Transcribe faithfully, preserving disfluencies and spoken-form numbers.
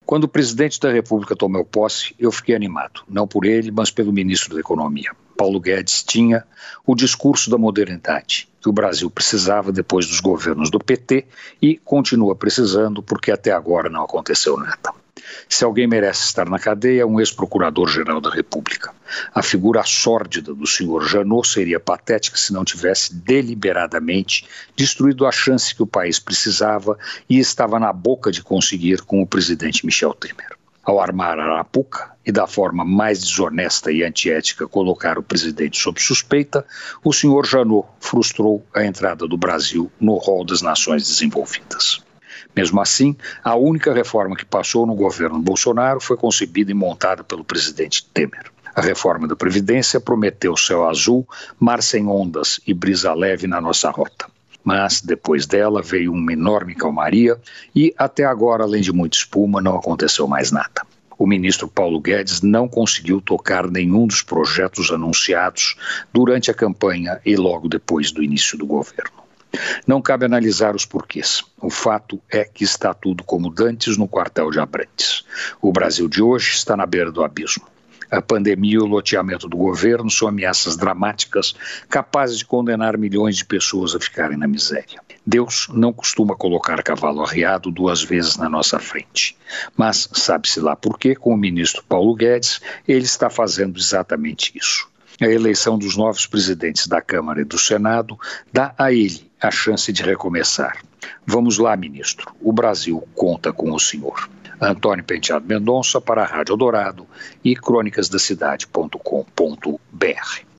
Quando o presidente da República tomou posse, eu fiquei animado, não por ele, mas pelo ministro da Economia. Paulo Guedes tinha o discurso da modernidade, que o Brasil precisava depois dos governos do P T e continua precisando porque até agora não aconteceu nada. Se alguém merece estar na cadeia, é um ex-procurador-geral da República. A figura sórdida do senhor Janot seria patética se não tivesse deliberadamente destruído a chance que o país precisava e estava na boca de conseguir com o presidente Michel Temer. Ao armar a Arapuca e da forma mais desonesta e antiética colocar o presidente sob suspeita, o senhor Janot frustrou a entrada do Brasil no rol das nações desenvolvidas. Mesmo assim, a única reforma que passou no governo Bolsonaro foi concebida e montada pelo presidente Temer. A reforma da Previdência prometeu céu azul, mar sem ondas e brisa leve na nossa rota. Mas, depois dela, veio uma enorme calmaria e, até agora, além de muita espuma, não aconteceu mais nada. O ministro Paulo Guedes não conseguiu tocar nenhum dos projetos anunciados durante a campanha e logo depois do início do governo. Não cabe analisar os porquês. O fato é que está tudo como dantes no quartel de Abrantes. O Brasil de hoje está na beira do abismo. A pandemia e o loteamento do governo são ameaças dramáticas capazes de condenar milhões de pessoas a ficarem na miséria. Deus não costuma colocar cavalo arriado duas vezes na nossa frente. Mas sabe-se lá por quê, com o ministro Paulo Guedes, ele está fazendo exatamente isso. A eleição dos novos presidentes da Câmara e do Senado dá a ele a chance de recomeçar. Vamos lá, ministro. O Brasil conta com o senhor. Antônio Penteado Mendonça para a Rádio Eldorado e crônicas da cidade ponto com ponto br.